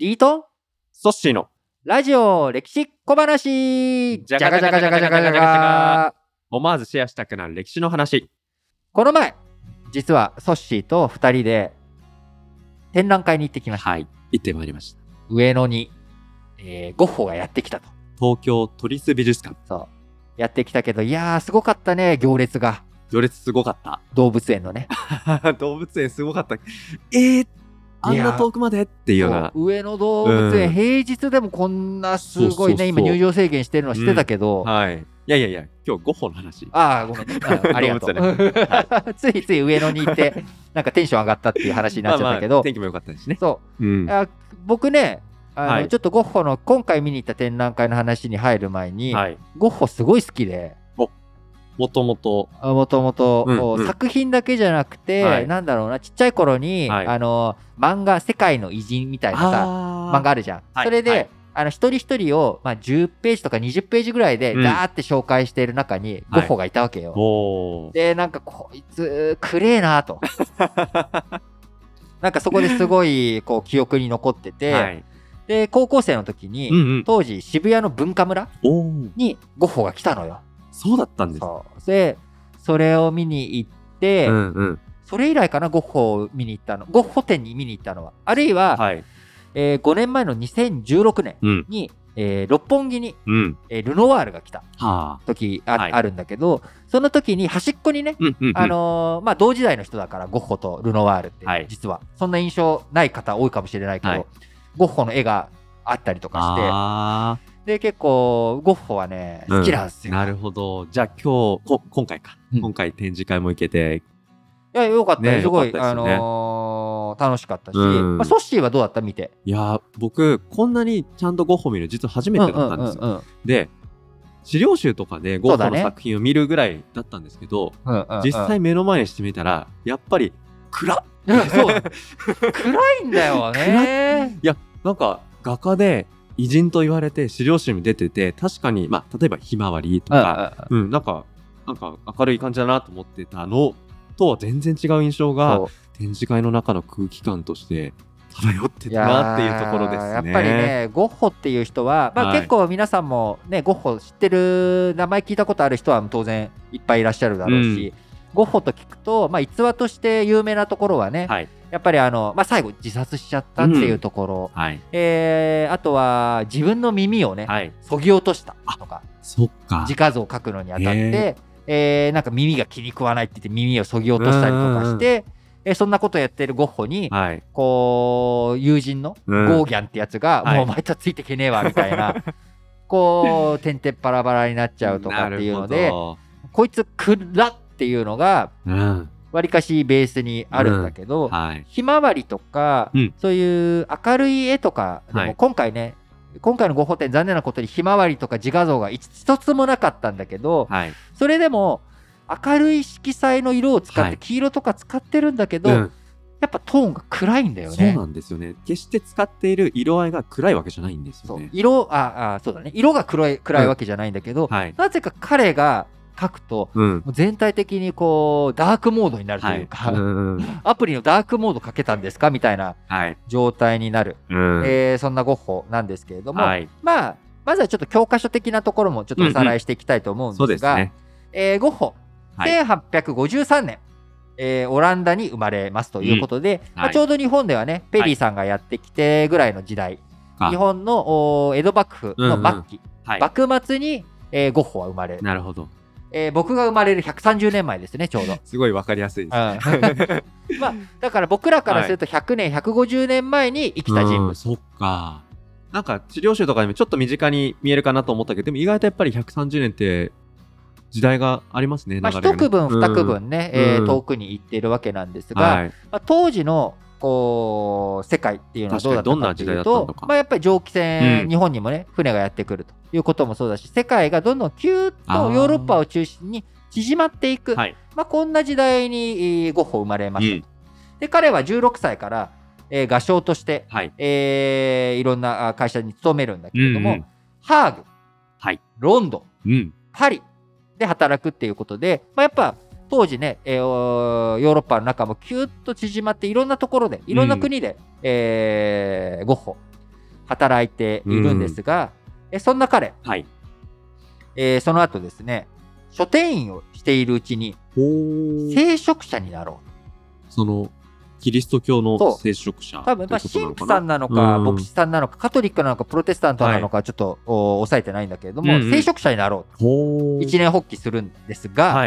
D とソッシーのラジオ歴史小話じゃがじゃがじゃがじゃがじゃがじゃが思わずシェアしたくなる歴史の話。 この前実はソッシーと2人で展覧会に行ってきました。 はい、行ってまいりました。 上野に、ゴッホがやってきたと。 東京都立美術館。 そうやってきたけど、いやーすごかったね。行列が行列すごかった。 動物園のね動物園すごかった。あんな遠くまでっていうような。 上野動物園、平日でもこんなすごいね。今入場制限してるの知ってたけど、 はい。いや今日ゴッホの話。 ああごめんね、ありがとう、ついつい上野に行ってなんかテンション上がったっていう話になっちゃったけど、 天気も良かったですね。 そう、僕ねちょっとゴッホの今回見に行った展覧会の話に入る前に、ゴッホすごい好きで、 もともと作品だけじゃなくて、なんだろうな、ちっちゃい頃に、漫画世界の偉人みたいなさ漫画あるじゃん、それで、一人一人を、10ページとか20ページぐらいでダーって紹介している中にゴッホがいたわけよ、でなんかこいつくれえなとなんかそこですごいこう記憶に残ってて、で高校生の時に、当時渋谷の文化村にゴッホが来たのよ。 そうだったんです。 でそれを見に行って、それ以来かな、ゴッホを見に行ったの、ゴッホ展に見に行ったのは。あるいは、5年前の2016年に、六本木に、ルノワールが来た時あるんだけど、その時に端っこにね、同時代の人だからゴッホとルノワールって、実はそんな印象ない方多いかもしれないけど、ゴッホの絵があったりとかして、で結構ゴッホはね好きなんですよ。 なるほど。じゃあ今回展示会も行けて、 いやよかったね、すごい楽しかったし、ソッシーはどうだった見て。 いや僕こんなにちゃんとゴッホ見る実は初めてだったんですよ。で資料集とかでゴッホの作品を見るぐらいだったんですけど、実際目の前にしてみたらやっぱり暗いんだよね。 いやなんか画家で偉人と言われて資料集に出てて、確かに例えばひまわりとか、なんか明るい感じだなと思ってたのとは全然違う印象が展示会の中の空気感として漂ってたなっていうところですね。 やっぱりねゴッホっていう人は、結構皆さんもねゴッホ知ってる、名前聞いたことある人は当然いっぱいいらっしゃるだろうし、ゴッホと聞くと、逸話として有名なところはね、やっぱり最後自殺しちゃったっていうところ、あとは自分の耳をね、そぎ落としたとか、自画像を描くのにあたって、なんか耳が気に食わないって言って耳をそぎ落としたりとかして、そんなことやってるゴッホに、こう友人のゴーギャンってやつが、もうお前とついてけねえわみたいなこうてんてんバラバラになっちゃうとかっていうので、こいつくらっていうのがわりかしベースにあるんだけど、ひまわりとか、そういう明るい絵とかでも、今回のゴッホ展残念なことにひまわりとか自画像が一つもなかったんだけど、それでも明るい色彩の色を使って、黄色とか使ってるんだけど、やっぱトーンが暗いんだよね。 そうなんですよね。決して使っている色合いが暗いわけじゃないんですよね。 そうだね、色が暗いわけじゃないんだけど、なぜか彼が描くと、全体的にこうダークモードになるというか、アプリのダークモードかけたんですかみたいな状態になる、そんなゴッホなんですけれども、まずはちょっと教科書的なところもちょっとおさらいしていきたいと思うんですが、ゴッホ1853年、オランダに生まれますということで、ちょうど日本ではねペリーさんがやってきてぐらいの時代、日本の江戸幕府の末期、幕末に、ゴッホは生まれる。 なるほど。 僕が生まれる130年前ですね、ちょうど。 すごい分かりやすいですね。 だから僕らからすると100年、150年前に生きた人物。 そっか。なんか資料集とかでもちょっと身近に見えるかなと思ったけど、でも意外とやっぱり130年って時代がありますね。 一区分二区分ね、遠くに行っているわけなんですが、当時のこう世界っていうのはどうだったかというと、やっぱり蒸気船、日本にもね船がやってくるということもそうだし、世界がどんどんキューッとヨーロッパを中心に縮まっていく、こんな時代にゴッホ生まれました。で彼は16歳から、画商として、いろんな会社に勤めるんだけれども、ハーグ、ロンドン、パリで働くっていうことで、やっぱ当時ね、ヨーロッパの中もキュッと縮まって、いろんなところでいろんな国で、ゴッホ働いているんですが、そんな彼、 はい。 その後ですね、書店員をしているうちに、聖職者になろう。 その、キリスト教の聖職者多分、神父さんなのか、牧師さんなのか、カトリックなのか、プロテスタントなのか、ちょっと抑えてないんだけれども、聖職者になろうと。一年発起するんですが、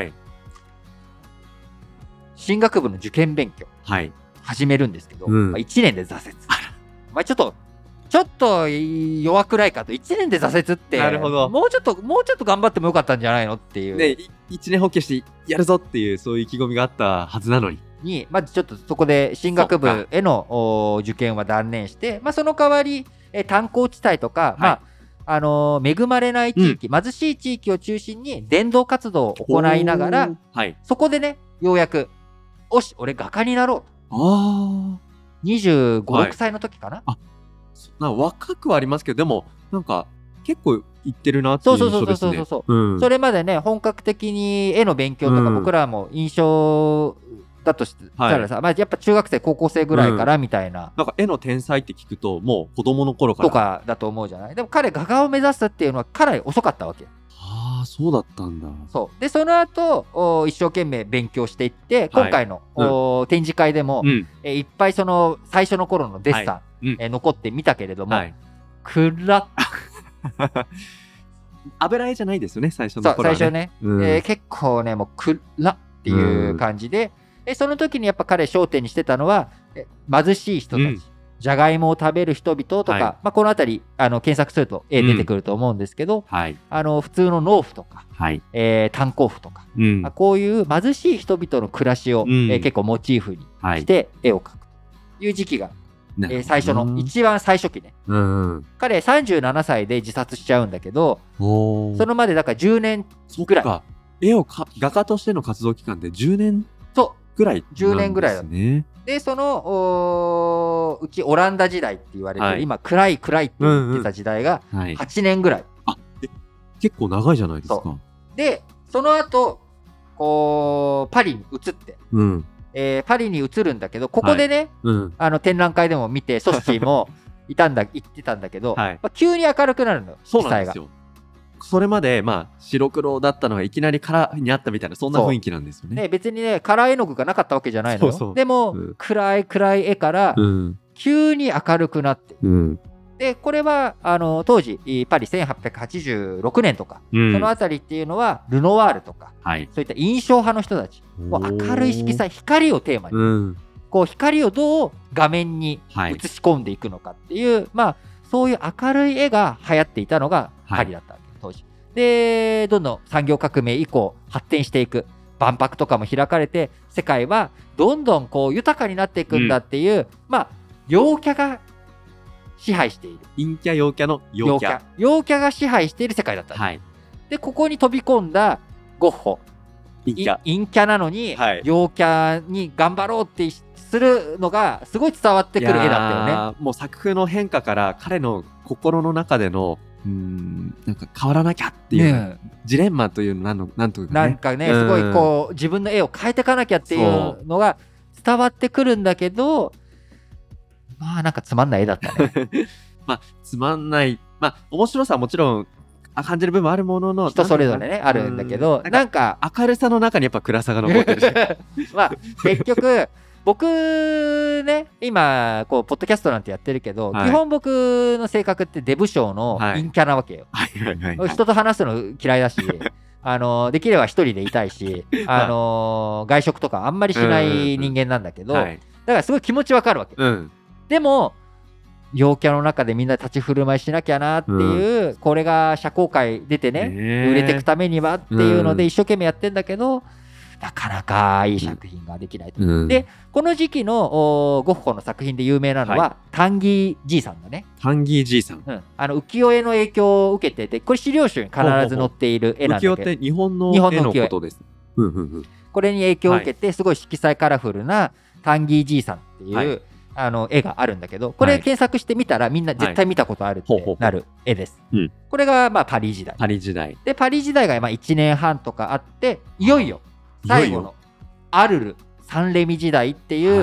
進学部の受験勉強、始めるんですけど、1年で挫折。まあちょっと弱くないかと。1年で挫折って、 なるほど。 もうちょっと頑張ってもよかったんじゃないのっていう。 ね、1年発起してやるぞっていう、そういう意気込みがあったはずなのに。 まずちょっとそこで進学部への受験は断念して、その代わり、炭鉱地帯とか、恵まれない地域、貧しい地域を中心に伝道活動を行いながら、そこでね、ようやく、よし、俺画家になろうと。25、6歳の時かな。 若くはありますけど、でも、なんか、結構いってるなっていう印象ですね。 それまでね、本格的に絵の勉強とか、僕らも印象だとしたらさ、やっぱ中学生、高校生ぐらいからみたいな。 なんか絵の天才って聞くと、もう子供の頃から。 とかだと思うじゃない。でも彼、画家を目指すっていうのはかなり遅かったわけ。 そうだったんだ。 で、その後、一生懸命勉強していって、今回の展示会でも、いっぱいその最初の頃のデッサン、残ってみたけれども、暗っ。 油絵じゃないですよね、最初の頃はね。 最初ね。結構ね、もう暗っっていう感じで、その時にやっぱ彼焦点にしてたのは、貧しい人たち。じゃがいもを食べる人々とか、このあたり検索すると出てくると思うんですけど、普通の農夫とか、炭鉱夫とか、こういう貧しい人々の暮らしを、結構モチーフにして絵を描くという時期が、最初の一番最初期ね。彼37歳で自殺しちゃうんだけど、そのまでだから10年ぐらい。 画家としての活動期間で10年ぐらいなんですね。10年ぐらいだね。で、そのうちオランダ時代って言われてる、今暗いって言ってた時代が8年ぐらい。結構長いじゃないですか。 で、その後、パリに移って、パリに移るんだけど、ここでね、展覧会でも見て、ソッシーも言ってたんだけど、急に明るくなるのよ、 そうなんですよ。それまで、白黒だったのがいきなりカラーにあったみたいな、そんな雰囲気なんですよね。 別にね、カラー絵の具がなかったわけじゃないのよ。でも、暗い絵から、急に明るくなって。で、これは、当時、パリ1886年とか、そのあたりっていうのは、ルノワールとか、そういった印象派の人たち、明るい色彩、光をテーマに、光をどう画面に映し込んでいくのかっていう、そういう明るい絵が流行っていたのがパリだったわけ、当時。で、どんどん産業革命以降発展していく。万博とかも開かれて、世界はどんどん豊かになっていくんだっていう、陽キャが支配している。 陰キャ、陽キャの陽キャ。 陽キャが支配している世界だった。で、ここに飛び込んだゴッホ。陰キャなのに、陽キャに頑張ろうってするのがすごい伝わってくる絵だったよね。 もう作風の変化から彼の心の中でのなんか変わらなきゃっていうジレンマというなんというかね。なんかね、 すごい自分の絵を変えていかなきゃっていうのが伝わってくるんだけど、なんかつまんない絵だったね。 つまんない。面白さはもちろん感じる部分もあるものの、 人それぞれね、あるんだけど、なんか明るさの中にやっぱ暗さが残ってるし。 結局、僕ね、今ポッドキャストなんてやってるけど、基本僕の性格ってデブ症の陰キャなわけよ。人と話すの嫌いだし、できれば一人でいたいし、外食とかあんまりしない人間なんだけど、だからすごい気持ちわかるわけ。でも、陽キャの中でみんな立ち振る舞いしなきゃなっていう、これが社交界出てね、売れていくためにはっていうので一生懸命やってんだけど、なかなかいい作品ができないと。で、この時期のゴッホの作品で有名なのは、タンギーじいさんだね。 タンギーじいさん。 浮世絵の影響を受けてて、これ資料集に必ず載っている絵なんだけど。 浮世絵って日本の絵のことです。 これに影響を受けて、すごい色彩カラフルなタンギーじいさんっていう絵があるんだけど、これ検索してみたらみんな絶対見たことあるってなる絵です。これがパリ時代。で、パリ時代が1年半とかあって、いよいよ最後のアルル・サンレミ時代っていう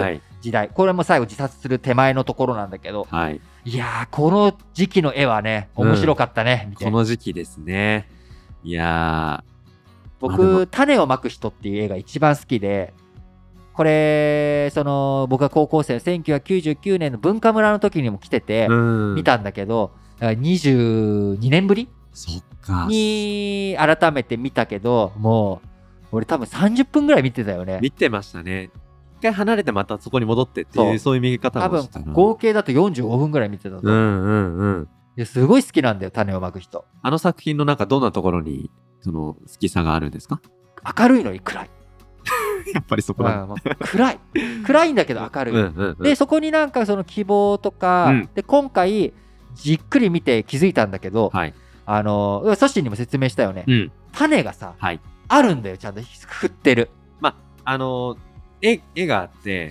時代、これも最後自殺する手前のところなんだけど、 はい。 いやー、この時期の絵はね、面白かったね。見てこの時期ですね。いやー、まあで僕、 も種をまく人っていう映画一番好きで、これ、僕が高校生の1999年の文化村の時にも来てて、見たんだけど、だから22年ぶりそっか。 に改めて見たけど、もう、俺多分30分ぐらい見てたよね。 見てましたね。一回離れてまたそこに戻ってっていう、そういう見方多分もしたな。 合計だと45分ぐらい見てたと。すごい好きなんだよ、種をまく人。 あの作品のなんかどんなところに、その好きさがあるんですか？ 明るいのに暗い。 やっぱりそこだ。 暗いんだけど明るい。で、そこになんかその希望とか、で、今回、じっくり見て気づいたんだけど、ソッシーにも説明したよね。種がさ、あるんだよ、ちゃんと振ってる。 まあ、絵があって、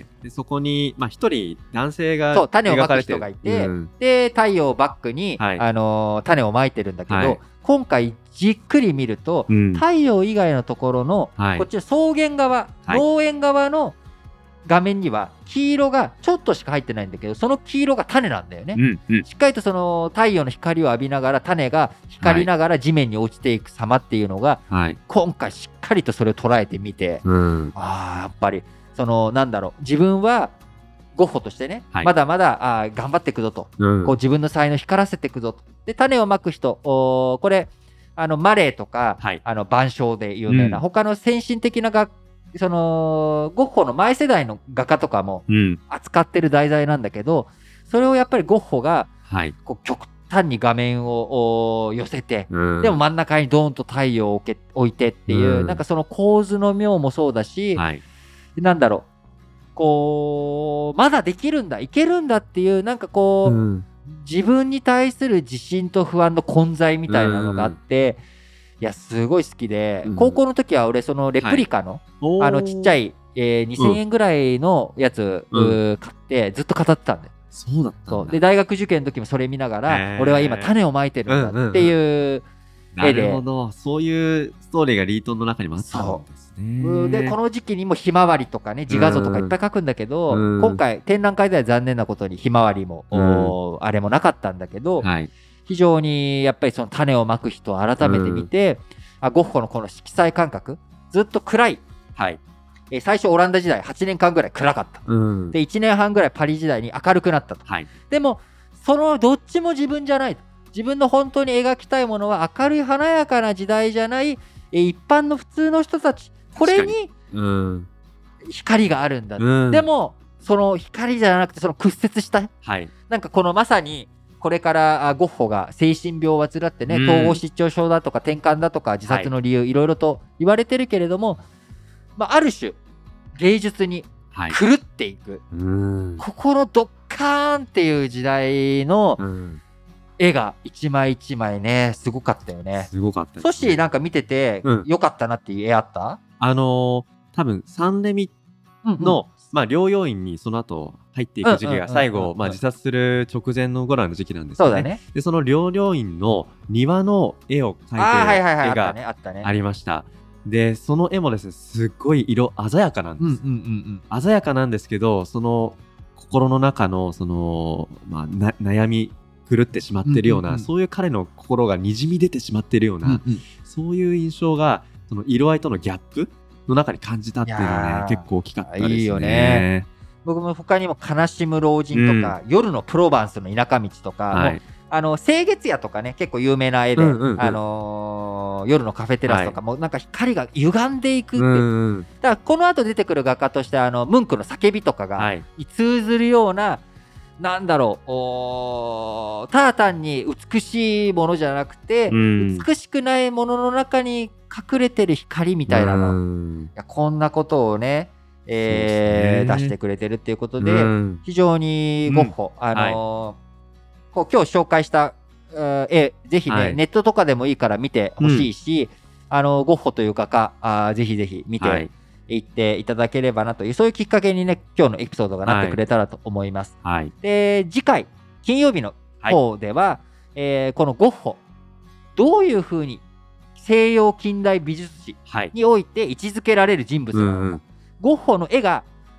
でそこに、まあ、一人男性がそう、種をまく人がいて、で、太陽をバックに、種をまいてるんだけど、今回じっくり見ると、太陽以外のところの、こっちの草原側、農園側の画面には黄色がちょっとしか入ってないんだけど、その黄色が種なんだよね。しっかりとその太陽の光を浴びながら、種が光りながら地面に落ちていく様っていうのが、今回しっかりとそれを捉えてみて、やっぱりなんだろう、自分はゴッホとしてね、まだまだ頑張っていくぞと、こう自分の才能を光らせていくぞと。で、種をまく人、これマレーとか、晩鐘で有名な、他の先進的なゴッホの前世代の画家とかも扱ってる題材なんだけど、それをやっぱりゴッホがこう極端に画面を寄せて、でも真ん中にドーンと太陽を置いてっていう、なんかその構図の妙もそうだし、なんだろう、こうまだできるんだ、いけるんだっていう、なんかこう、自分に対する自信と不安の混在みたいなのがあって、いやすごい好きで、高校の時は俺そのレプリカの、ちっちゃい、2000円ぐらいのやつ、買ってずっと語ってたんだよ。 そうだったんだ。 で大学受験の時もそれ見ながら、俺は今種をまいてるんだっていう絵で、 なるほど、そういうストーリーがリートンの中にもあったんですね。 でこの時期にもひまわりとかね、自画像とかいっぱい描くんだけど、今回展覧会では残念なことにひまわりも、あれもなかったんだけど、非常にやっぱりその種をまく人を改めて見て、ゴッホのこの色彩感覚、ずっと暗い、最初オランダ時代8年間ぐらい暗かった、で1年半ぐらいパリ時代に明るくなったと、でもそのどっちも自分じゃないと。自分の本当に描きたいものは明るい華やかな時代じゃない、一般の普通の人たち、これに光があるんだ、でもその光じゃなくてその屈折した、なんかこのまさにこれからゴッホが精神病を患ってね、統合失調症だとか転換だとか自殺の理由、いろいろと言われてるけれども、ある種芸術に狂っていく、ここのドッカーンっていう時代の絵が一枚一枚ね、すごかったよね。 すごかったですね。 そしてなんか見てて良かったなっていう絵あった？ 多分サンレミの、療養院にその後入っていく時期が最後、自殺する直前のぐらいの時期なんですよね。そうだね。で、その療養院の庭の絵を描いてる絵がありました。で、その絵もですね、すっごい色鮮やかなんです。鮮やかなんですけど、その心の中のその、悩み狂ってしまってるような、そういう彼の心がにじみ出てしまってるような、そういう印象がその色合いとのギャップの中に感じたっていうのはね、結構大きかったですね。いいよね。 僕も他にも悲しむ老人とか、夜のプロバンスの田舎道とか、清月夜とかね、結構有名な絵で、夜のカフェテラスとかもなんか光が歪んでいくって、だからこの後出てくる画家としてムンクの叫びとかが通ずるような、なんだろう、ただ単に美しいものじゃなくて、美しくないものの中に隠れてる光みたいなの、いやこんなことをね、出してくれてるっていうことで、非常にゴッホ、こう今日紹介した絵、ぜひね、ネットとかでもいいから見てほしいし、ゴッホという画家、ぜひぜひ見ていっていただければなという、そういうきっかけにね、今日のエピソードがなってくれたらと思います。で、次回、金曜日の方では、このゴッホ、どういうふうに西洋近代美術史において位置づけられる人物なのか、ゴッホの絵が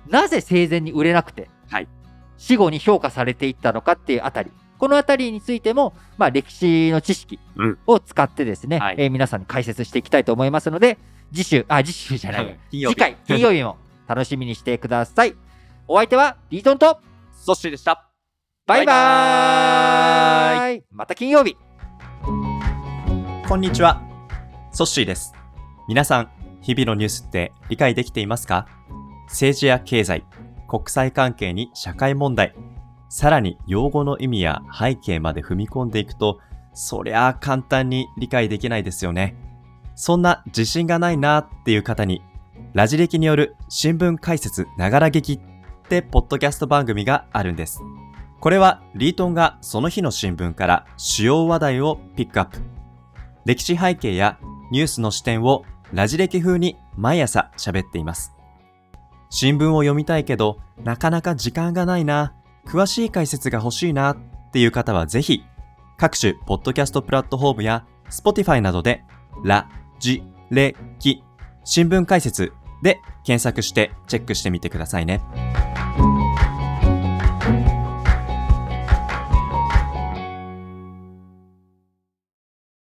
なぜ生前に売れなくて、 はい。 死後に評価されていったのかっていうあたり、このあたりについても、歴史の知識を使ってですね、皆さんに解説していきたいと思いますので、次週じゃない、次回金曜日も楽しみにしてください。お相手はリートンとソッシーでした。 バイバーイ。また金曜日。 こんにちは、ソッシーです。皆さん、日々のニュースって理解できていますか？政治や経済、国際関係に社会問題、さらに用語の意味や背景まで踏み込んでいくと、そりゃあ簡単に理解できないですよね。そんな自信がないなっていう方に、ラジ歴による新聞解説ながら劇ってポッドキャスト番組があるんです。これはリートンがその日の新聞から主要話題をピックアップ。歴史背景やニュースの視点をラジ歴風に毎朝喋っています。新聞を読みたいけどなかなか時間がないな、詳しい解説が欲しいなっていう方はぜひ各種ポッドキャストプラットフォームや Spotify などでラジレキ新聞解説で検索してチェックしてみてくださいね。